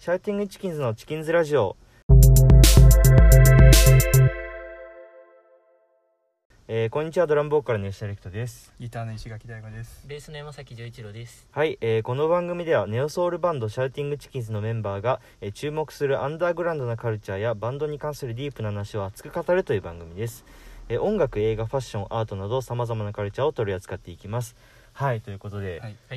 シャウティングチキンズのチキンズラジオ。こんにちは。ドラムボーカルの吉田陸人です。 ギターの石垣大吾です。 ベースの山崎丈一郎です。 はい、この番組ではネオソウルバンドシャウティングチキンズのメンバーが、注目するアンダーグラウンドなカルチャーやバンドに関するディープな話を熱く語るという番組です。音楽、映画、ファッション、アートなどさまざまなカルチャーを取り扱っていきます。はい、ということで、 はい、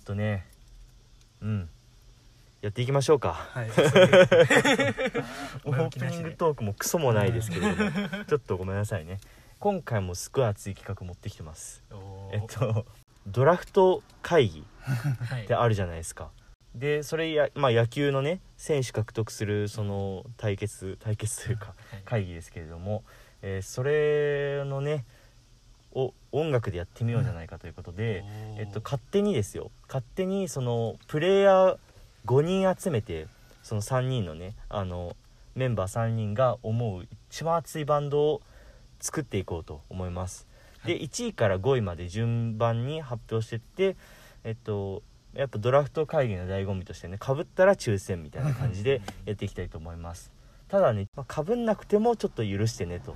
やっていきましょうか。 はい。 オープニングトークもクソもないですけれどもちょっとごめんなさいね。今回もすごい熱い企画持ってきてます。ドラフト会議ってあるじゃないですか。でそれや、野球のね選手獲得するその対決というか会議ですけれども、それのねを音楽でやってみようじゃないかということで、勝手にそのプレイヤー5人集めて、その3人のねメンバー3人が思う一番熱いバンドを作っていこうと思います。で1位から5位まで順番に発表してって、やっぱドラフト会議の醍醐味としてね、被ったら抽選みたいな感じでやっていきたいと思います。ただね、被んなくてもちょっと許してねと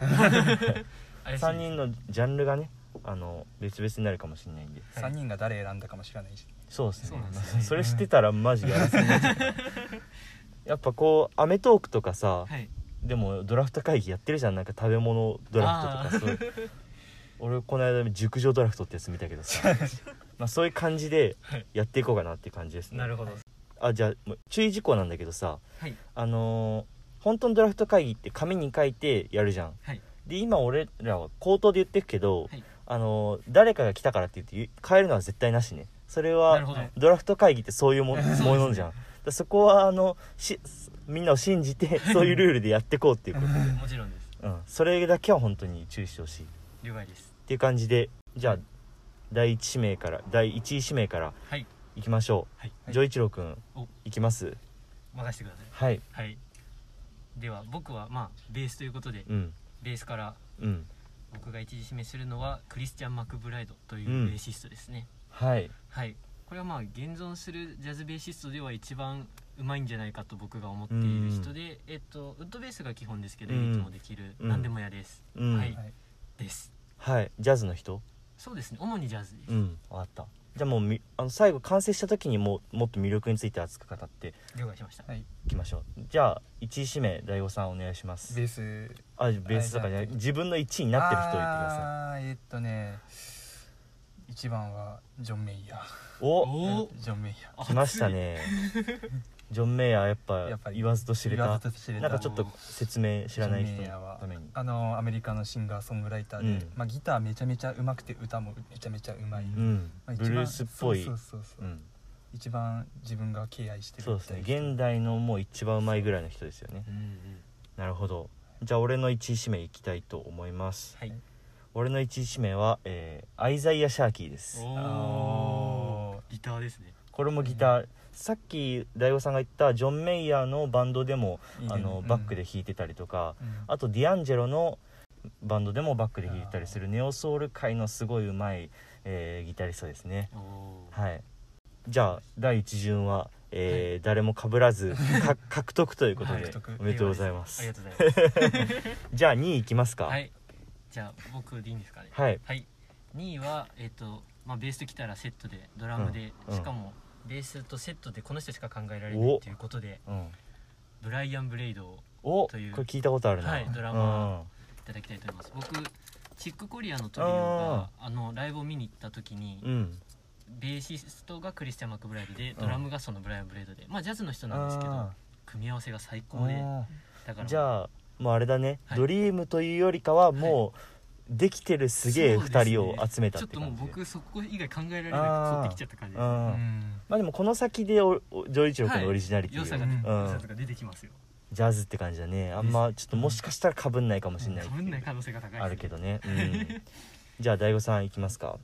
3人のジャンルがね別々になるかもしれないんで、 3人が誰選んだかも知らないし。 そうですね。それ知ってたらマジやらせになっちゃうやっぱこうアメトークとかさ、でもドラフト会議やってるじゃん。なんか食べ物ドラフトとかそう俺この間熟女ドラフトってやつ見たけどさそういう感じでやっていこうかなっていう感じですね。 なるほど。 じゃあ注意事項なんだけどさ、本当のドラフト会議って紙に書いてやるじゃん。で今俺らは口頭で言ってるけど、誰かが来たからって言って変えるのは絶対なしね。それはドラフト会議ってそういうものじゃん。そこはみんなを信じてそういうルールでやっていこうっていうことでもちろんです。 それだけは本当に注意してほしい。 了解です。 っていう感じで、じゃあ第1位指名からいきましょう。丈一郎くんいきます。 任せてください。 はい。 では僕はベースということで、ベースから、僕が一時指名するのはクリスチャン・マクブライドというベーシストですね。これは現存するジャズベーシストでは一番うまいんじゃないかと僕が思っている人で、ウッドベースが基本ですけど、いつもできる何でも屋です。です。 ジャズの人？ そうですね、主にジャズです。 分かった。じゃあもう最後完成した時にもっと魅力について熱く語って了解しました。 いきましょう。じゃあ1位指名大悟さんお願いします。 ベースとかね、自分の1位になってる人を言ってください。 1番はジョン・メイヤー。ジョン・メイヤー来ましたねジョン・メイヤーやっぱ言わずと知れた。なんかちょっと説明知らない人のために。 アメリカのシンガーソングライターで、ギターめちゃめちゃ上手くて歌もめちゃめちゃ上手い、 ブルースっぽい。 一番自分が敬愛してる。 そうですね、現代のもう一番上手いぐらいの人ですよね。なるほど。じゃあ俺の1位指名いきたいと思います。俺の1位指名は、アイザイア・シャーキーです。 ギターですね。 これもギター、さっき大悟さんが言ったジョン・メイヤーのバンドでもバックで弾いてたりとか、あとディアンジェロのバンドでもバックで弾いてたりするネオソウル界のすごい上手い、ギタリストですね。じゃあ第一順は、誰も被らず獲得ということで、おめでとうございます。 ありがとうございますじゃあ2位いきますか。 じゃあ僕でいいんですかね。2位はベースときたらセットでドラムで、しかもベースとセットでこの人しか考えられないということで、ブライアン・ブレイドというこれ聞いたことあるな。 ドラマーいただきたいと思います。僕チックコリアのトリオがライブを見に行った時に、ベーシストがクリスチャン・マクブライドで、ドラムがそのブライアン・ブレイドで、ジャズの人なんですけど組み合わせが最高で、だからじゃあもうあれだね、ドリームというよりかはもうできてるすげえ2人を集めたって感じで、 ちょっともう僕そこ以外考えられなくて沿ってきちゃった感じです。 でもこの先で丈一郎君のオリジナリティ良さが出てきますよ。 ジャズって感じだね。あんまちょっともしかしたら被んないかもしれない、 被んない可能性が高いです、 あるけどね。じゃあ大悟さんいきますか。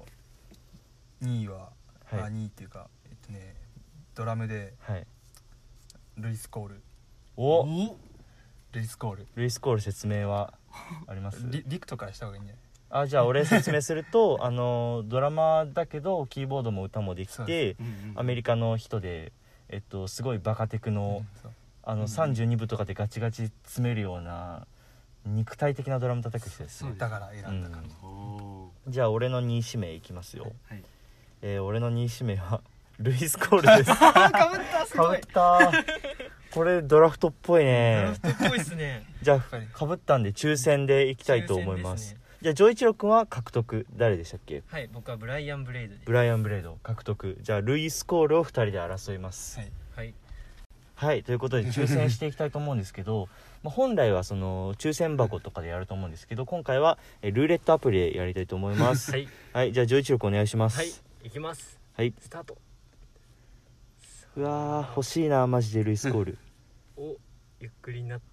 2位は、2位っていうかドラムで、ルイス・コール。ルイス・コール説明はあります？リクトからした方がいいんじゃない？ じゃあ俺説明するとドラマーだけどキーボードも歌もできて、アメリカの人で、 すごいバカテクの、32部とかでガチガチ詰めるような肉体的なドラム叩く人ですね。 だから選んだから、 じゃあ俺の2位指名いきますよ。俺の2位指名はルイス・コールです。 かぶったすごい。 これドラフトっぽいね。 ドラフトっぽいですね。 じゃあかぶったんで抽選でいきたいと思います。じゃあジョイチロ君は獲得誰でしたっけ？ はい、僕はブライアン・ブレイドです。 ブライアン・ブレイド獲得。じゃあルイス・コールを2人で争います。はい、ということで抽選していきたいと思うんですけど本来はその抽選箱とかでやると思うんですけど、今回はルーレットアプリでやりたいと思います。はい、じゃあジョイチロ君お願いします。 はい、いきます。 はい、 スタート。 うわー欲しいなマジでルイス・コール。 お、ゆっくりになって。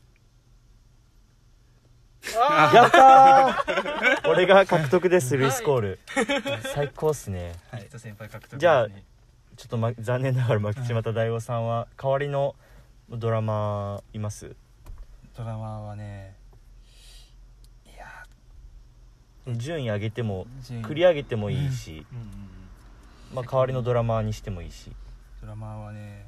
やったー俺が獲得です、ルイス・コール。最高っすね。 先輩獲得ですね。 じゃあちょっと、残念ながら牧島大吾さんは代わりのドラマいます？ ドラマはね、いや順位上げても繰り上げてもいいし、代わりのドラマにしてもいいし。 ドラマはね、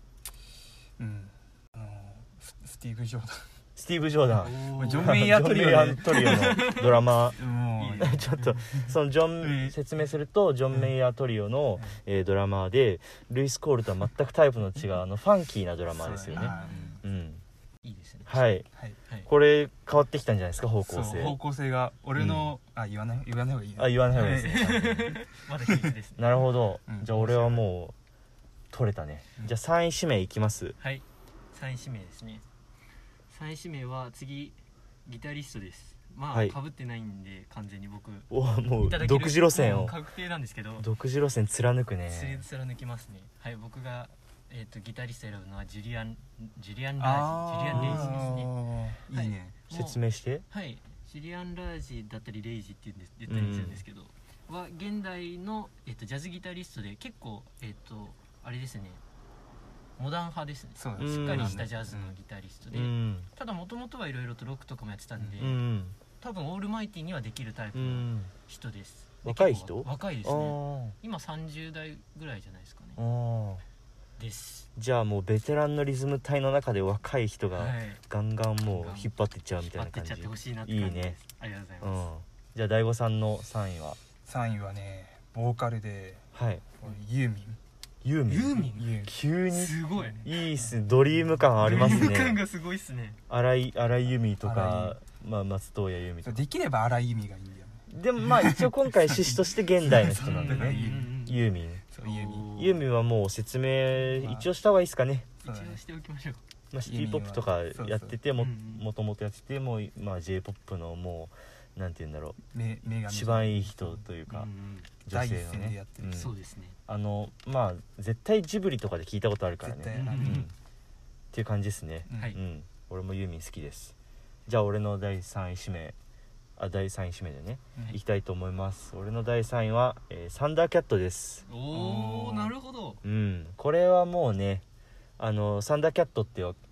スティーブ・ジョーダン。 スティーブ・ジョーダン、 ジョン・メイヤートリオのドラマちょっとその説明するとジョン・メイヤートリオのドラマで、ルイス・コールとは全くタイプの違うファンキーなドラマですよね。 いいですね。 はい、これ変わってきたんじゃないですか、方向性が俺の、言わない方がいい。 言わない方がいいですね。 まだ秘密ですね。 なるほど、じゃあ俺はもう取れたね。じゃあ3位指名いきます。 はい、3位指名ですね。3位指名は次ギタリストです。被ってないんで完全に僕もう独自路線を確定なんですけど、 独自路線貫くね。 貫きますね。はい、僕がギタリスト選ぶのはジュリアン・レイジですね。 いいね。 説明して。 はい、ジュリアン・ラージだったりレイジって言ったりするんですけど、は現代のジャズギタリストで結構あれですね、モダン派ですね。しっかりしたジャズのギタリストで、ただもともとはいろいろとロックとかもやってたんで、多分オールマイティにはできるタイプの人です。 若い人？ 若いですね。今30代ぐらいじゃないですかね。です。 じゃあもうベテランのリズム隊の中で若い人がガンガンもう引っ張っていっちゃうみたいな感じ。 引っ張ってっちゃってほしいなって感じです。いいね。ありがとうございます。 じゃあ大悟さんの3位は ？3位はね、ボーカルでユーミン。 ユーミン急にすごいいいっすね。ドリーム感ありますね。 ドリーム感がすごいっすね。 荒井由実とか松任谷由実とか。 できれば荒井由実がいいんだよね。 でも一応今回趣旨として現代の人なんでね。ユーミンはもう説明一応した方がいいですかね。 一応しておきましょう。シティポップとかやっててもともとやっててもJ-POP のもうなんて言うんだろう、一番いい人というか女性のね。 そうですね。 絶対ジブリとかで聞いたことあるからね。っていう感じですね。俺もユーミン好きです。じゃあ俺の第3位指名でね、いきたいと思います。俺の第3位はサンダーキャットです。 おお、なるほど。 これはもうね、サンダーキャットって分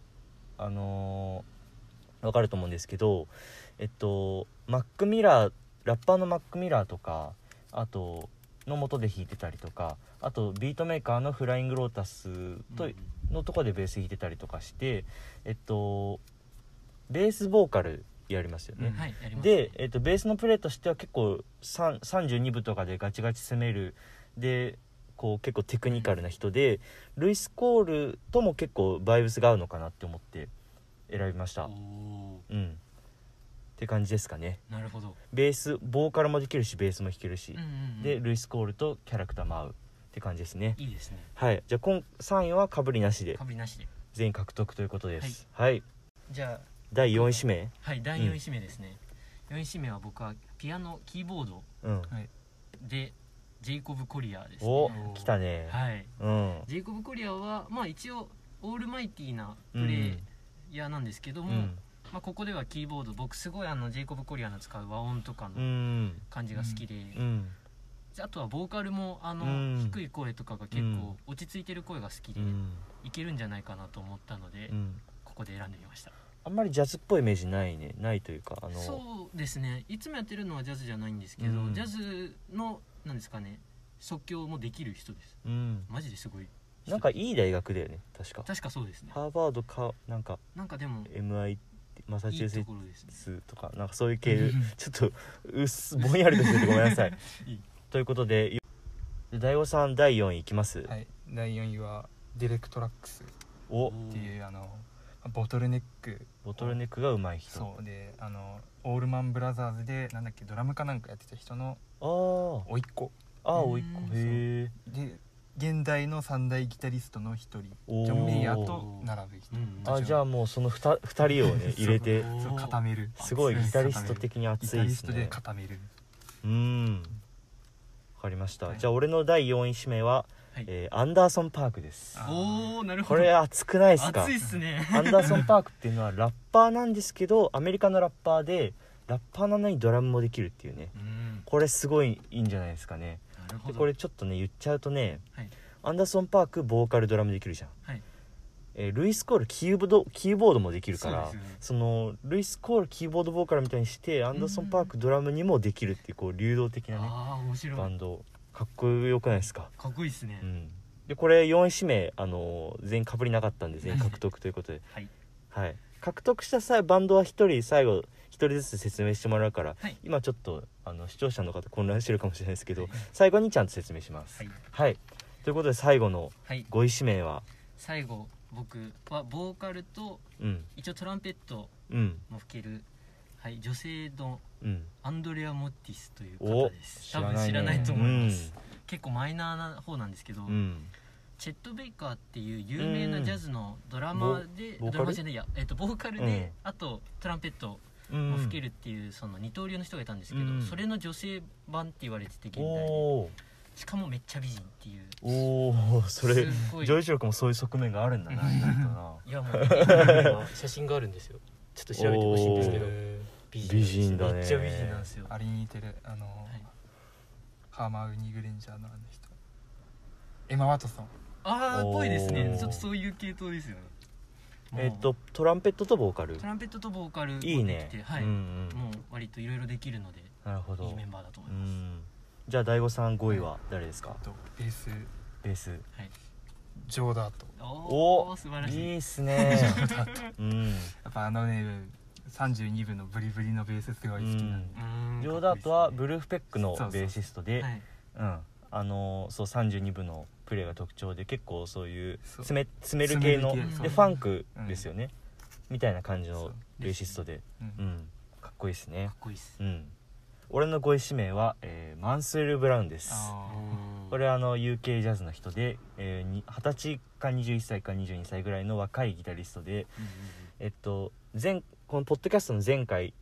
かると思うんですけど、マックミラー、ラッパーのマックミラーとかあとの元で弾いてたりとか、あとビートメーカーのフライングロータスのとこでベース弾いてたりとかして、ベースボーカルやりますよね。で、ベースのプレーとしては結構32部とかでガチガチ攻めるで、こう結構テクニカルな人で、ルイス・コールとも結構バイブスが合うのかなって思って選びました。って感じですかね。 なるほど。 ベースボーカルもできるしベースも弾けるし、でルイス・コールとキャラクターも合うって感じですね。 いいですね。 はい、じゃあ3位はかぶりなしで全員獲得ということです。はい、 じゃあ第4位指名。 はい、第4位指名ですね。4位指名は僕はピアノキーボードでジェイコブ・コリアーですね。 お、来たね。 はい、ジェイコブ・コリアーは一応オールマイティーなプレイヤーなんですけども、ここではキーボード、僕すごいジェイコブ・コリアーの使う和音とかの感じが好きで、あとはボーカルも低い声とかが結構落ち着いてる声が好きで、いけるんじゃないかなと思ったので、ここで選んでみました。 あんまりジャズっぽいイメージないというか、 そうですね、いつもやってるのはジャズじゃないんですけど、ジャズのなんですかね、即興もできる人です。マジですごいなんかいい大学だよね、確かそうですね。 ハーバードかなんかでも MIT マサチューセッツとかなんかそういう系ちょっとぼんやりとしててごめんなさいということで大悟さん第4位いきます。 はい、第4位はディレクトラックスっていうボトルネックが上手い人。 そうでオールマンブラザーズでなんだっけドラムかなんかやってた人の甥っ子。 甥っ子。へえ。で現代の3大ギタリストの一人ジョン・メイヤーと並ぶ人。 じゃあもうその 2人をね入れて固める。 すごいギタリスト的に熱いですね。 ギタリストで固める。 わかりました、じゃあ俺の第4位指名は、アンダーソン・パークです。 なるほど。 これ熱くないですか？ 熱いっすね。 アンダーソン・パークっていうのはラッパーなんですけどアメリカのラッパーでラッパーなのにドラムもできるっていうね、これすごいいいんじゃないですかね。でこれちょっとね言っちゃうとね、アンダーソン・パークボーカルドラムできるじゃん、ルイス・コールキーボードもできるから、そのルイス・コールキーボードボーカルみたいにしてアンダーソン・パークドラムにもできるっていうこう流動的なねバンドかっこよくないですか？ かっこいいですね、 でこれ4位指名全員かぶりなかったんで全員獲得ということで獲得したバンドは最後1人ずつ説明してもらうから、今ちょっと視聴者の方混乱してるかもしれないですけど、最後にちゃんと説明します。ということで最後の5位指名は、 最後僕はボーカルと、一応トランペットも吹ける、女性のアンドレア・モッティスという方です。多分知らないと思います、結構マイナーな方なんですけど、チェット・ベイカーっていう有名なジャズのドラマで、ボーカルで、あとトランペットも吹けるっていうその二刀流の人がいたんですけど、それの女性版って言われてて現代で、しかもめっちゃ美人っていう。 それジョイジロ君もそういう側面があるんだな。 いやもう写真があるんですよ。ちょっと調べてほしいんですけど、 美人だね。 めっちゃ美人なんですよ。 あれに似てるハーマーウニー・グレンジャーの人エマ・ワトソン。 っぽいですね。ちょっとそういう系統ですよね。 トランペットとボーカル。 いいね。もう割といろいろできるので、 なるほど、 いいメンバーだと思います。 じゃあ大悟さん5位は誰ですか？ ベースジョーダート。素晴らしい。 いいっすね。 ジョーダート。やっぱ32部のブリブリのベースすごい好きなんで。 ジョーダートはブルーフペックのベーシストで、32部のプレーが特徴で、結構そういう詰める系のでファンクですよね、みたいな感じのベーシストで、かっこいいですね。 かっこいいです。 俺の5位指名は、マンスウェル・ブラウンです。これはUK ジャズの人で、20歳か21歳か22歳ぐらいの若いギタリストで、このポッドキャストの前回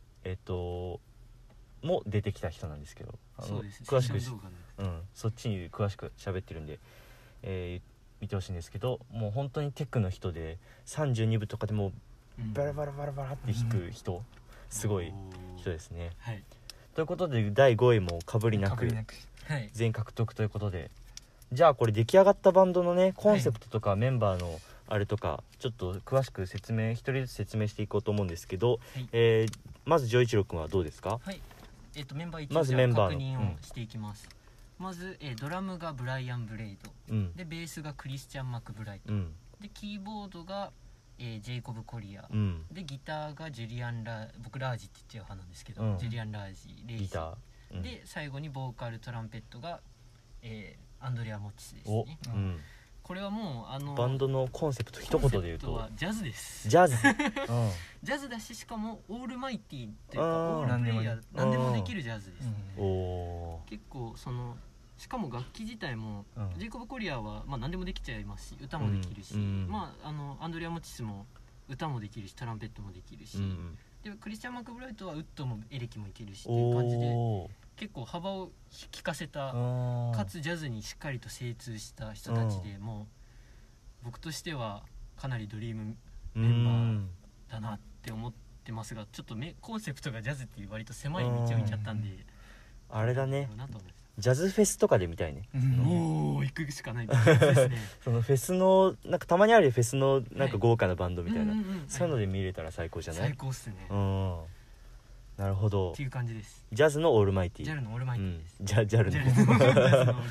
も出てきた人なんですけど、詳しくそっちに詳しく喋ってるんで、見てほしいんですけど、もう本当にテクの人で32部とかでもバラバラバラバラって弾く人、すごい人ですね。ということで第5位もかぶりなく全員獲得ということで、じゃあこれ出来上がったバンドのねコンセプトとかメンバーのあれとかちょっと詳しく一人ずつ説明していこうと思うんですけど、まず丈一郎君はどうですか？ メンバー一応確認をしていきます。まず、ドラムがブライアン・ブレイド、でベースがクリスチャン・マクブライト、でキーボードがジェイコブ・コリア、でギターがジュリアン・僕ラージって言っちゃう派なんですけど、ジュリアン・ラージレイジ、で最後にボーカルトランペットが、アンドレア・モッチスですね。これはもうバンドのコンセプト一言で言うとジャズです。 ジャズジャズだし、しかもオールマイティというかオールプレイヤー何でもできるジャズです。結構しかも楽器自体も、ジェイコブ・コリアは何でもできちゃいますし、歌もできるし、アンドレア・モチスも歌もできるしトランペットもできるし、でクリスチャン・マクブライトはウッドもエレキもいけるしっていう感じで、結構幅を利かせた、かつジャズにしっかりと精通した人たちで、もう僕としてはかなりドリームメンバーだなって思ってますが、ちょっとコンセプトがジャズっていう割と狭い道を行っちゃったんで、 あれだね、ジャズフェスとかで見たいね。 行くしかないですね。 そのフェスのなんかたまにあるフェスのなんか豪華なバンドみたいな、そういうので見れたら最高じゃない？ 最高っすね。 なるほど。 っていう感じです。 ジャズのオールマイティ。 ジャルのオールマイティです。 ジャルの。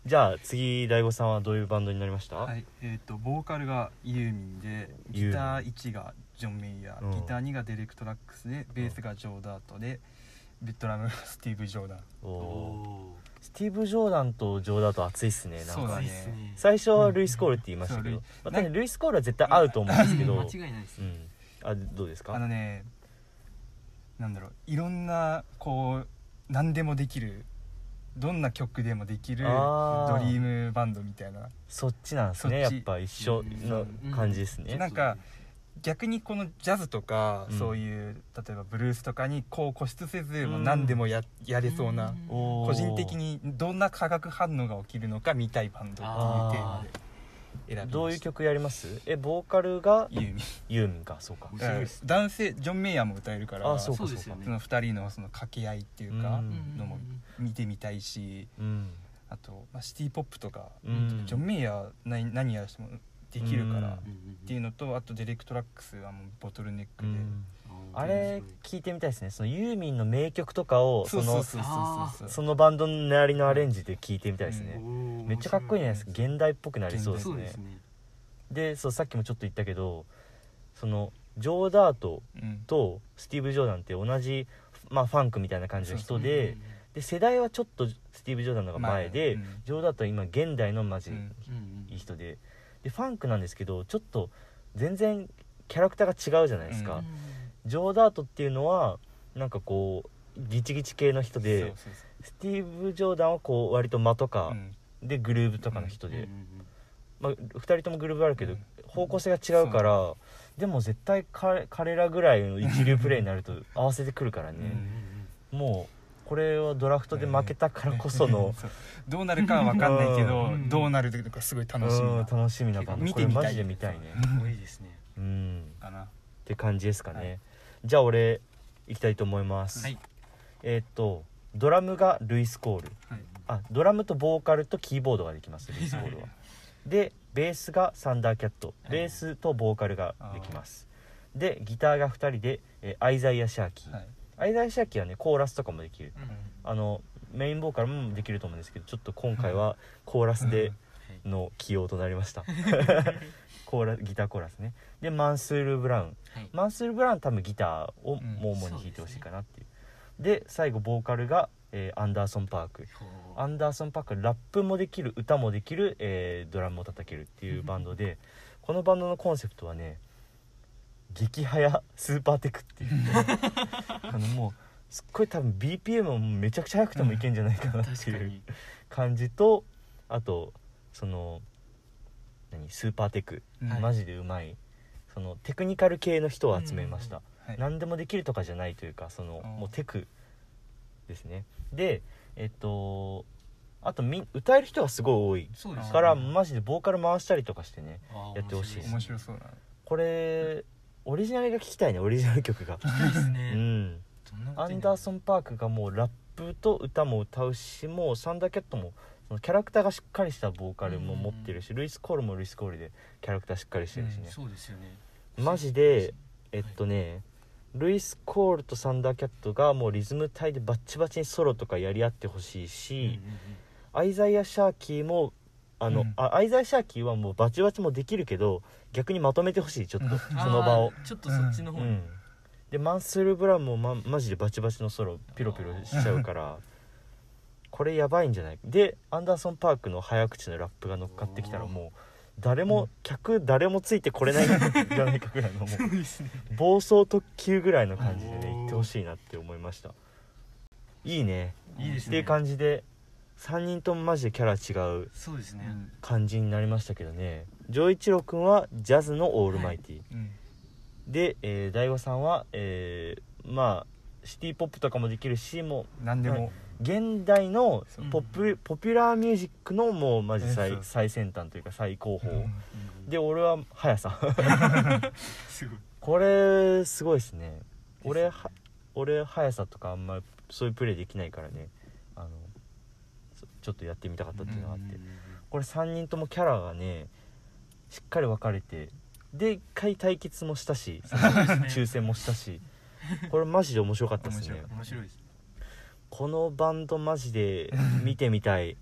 じゃあ次大悟さんはどういうバンドになりました？ はい、ボーカルがユーミンで、ギター1がジョン・メイヤー、ギター2がデレクトラックスで、ベースがジョーダートで、ドラムがスティーブ・ジョーダン。 スティーブ・ジョーダンとジョーダート熱いっすね。なんかそうだね。 最初はルイス・コールって言いましたけど、ルイス・コールは絶対合うと思うんですけど、 間違いないです、 どうですか？ なんだろう、いろんなこう何でもできる、どんな曲でもできるドリームバンドみたいな、 そっちなんですね。やっぱ一緒の感じですね。 なんか逆にこのジャズとか、そういう例えばブルースとかにこう固執せず、もう何でもやれそうな、個人的にどんな化学反応が起きるのか見たいバンドっていうテーマで選びました。 どういう曲やります？ボーカルがユーミンか。そうか。 男性ジョン・メイヤーも歌えるから、 そうですよね。 その2人のその掛け合いっていうかのも見てみたいし、あとシティポップとか、ジョン・メイヤー何やらしてもできるからっていうのと、あとデレクトラックスはもうボトルネックで、 あれ聞いてみたいですね。そのユーミンの名曲とかをそのバンドのなりのアレンジで聞いてみたいですね。めっちゃかっこいいじゃないですか。現代っぽくなりそうですね。で、さっきもちょっと言ったけど、そのジョーダートとスティーブ・ジョーダンって同じ、ファンクみたいな感じの人で、世代はちょっとスティーブ・ジョーダンの方が前で、ジョーダートは今現代のマジいい人で、ファンクなんですけど、ちょっと全然キャラクターが違うじゃないですか。ジョーダートっていうのはなんかこうギチギチ系の人で、スティーブ・ジョーダンはこう割と間とかでグルーブとかの人で、2人ともグルーブあるけど方向性が違うから、でも絶対彼らぐらいの一流プレーになると合わせてくるからね。もうこれはドラフトで負けたからこそのどうなるかは分かんないけど、どうなるのかすごい楽しみなバンド。これマジで見たいね。 多いですね。 かなって感じですかね。じゃあ俺いきたいと思います。ドラムがルイス・コール、ドラムとボーカルとキーボードができます。ルイス・コールはで、ベースがサンダーキャット、ベースとボーカルができます。で、ギターが2人で、アイザイア・シャーキー、アイザイア・シャーキーはねコーラスとかもできる、メインボーカルもできると思うんですけど、ちょっと今回はコーラスでの起用となりましたギターコーラスね。で、マンスール・ブラウン、多分ギターを主に弾いてほしいかなっていう。で、最後ボーカルが、アンダーソン・パーク。ラップもできる、歌もできる、ドラムも叩けるっていうバンドで、このバンドのコンセプトはね、激速スーパーテクっていうもうすっごい多分 BPM もめちゃくちゃ速くてもいけんじゃないかなっていう感じと、あとそのスーパーテク、マジでうまい、そのテクニカル系の人を集めました。何でもできるとかじゃないというか、そのもうテクですね。で、あと歌える人がすごい多いから、マジでボーカル回したりとかしてね、やってほしいです。 面白そうだ。 これオリジナルが聴きたいね。オリジナル曲がアンダーソン・パークがもうラップと歌も歌うし、もうサンダーキャットもそのキャラクターがしっかりしたボーカルも持ってるし、ルイス・コールもルイス・コールでキャラクターしっかりしてるしね。 そうですよね。 マジでルイス・コールとサンダーキャットがもうリズム隊でバッチバチにソロとかやり合ってほしいし、アイザイア・シャーキーもアイザイ・シャーキーはもうバチバチもできるけど、逆にまとめてほしい、ちょっとその場をちょっとそっちの方に、 でマンスール・ブラウンもマジでバチバチのソロピロピロしちゃうからこれやばいんじゃない。で、アンダーソン・パークの早口のラップが乗っかってきたら、もう誰もついてこれないんじゃないかぐらいのもう暴走特急ぐらいの感じでね行ってほしいなって思いました。いいねっていう感じで3人ともマジでキャラ違う感じになりましたけどね。丈一郎くんはジャズのオールマイティ、で、大悟さんは、シティポップとかもできるし、もう何でも、 現代のポピュラーミュージックのもうマジ最先端というか最高峰、で俺は速さすごい、これすごいですね。俺速さとかあんまそういうプレーできないからね、ちょっとやってみたかったっていうのがあって、これ3人ともキャラがねしっかり分かれて、で1回対決もしたし、抽選もしたし、これマジで面白かったですね。 面白いです。 このバンドマジで見てみたい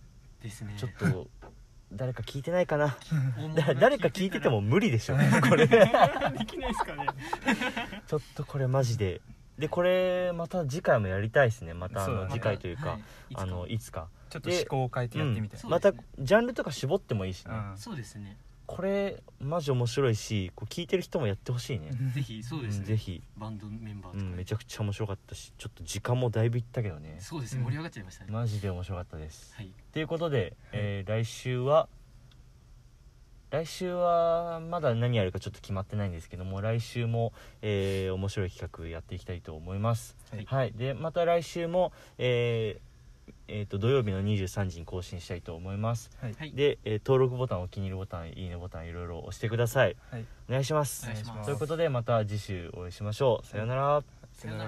ですね。 ちょっと誰か聞いてないかな誰か聞いてても無理でしょこれできないですかねちょっとこれマジでこれまた次回もやりたいですね。また次回というか、いつかちょっと思考を変えてやってみたい、 またジャンルとか絞ってもいいしね。 そうですね。 これマジ面白いし、聞いてる人もやってほしいね。 ぜひ。そうですね、 ぜひ。 バンドメンバーとか、 めちゃくちゃ面白かったし、ちょっっと時間もだいぶいったけどね。 そうですね、盛り上がっちゃいましたね。 マジで面白かったです。 はい。 ということで、来週はまだ何やるかちょっと決まってないんですけども、来週も、面白い企画やっていきたいと思います。はい。でまた来週も、土曜日の23時に更新したいと思います。はい、で、登録ボタン、お気に入りボタン、いいねボタンいろいろ押してください。はい、お願いします。ということでまた次週お会いしましょう。さようなら。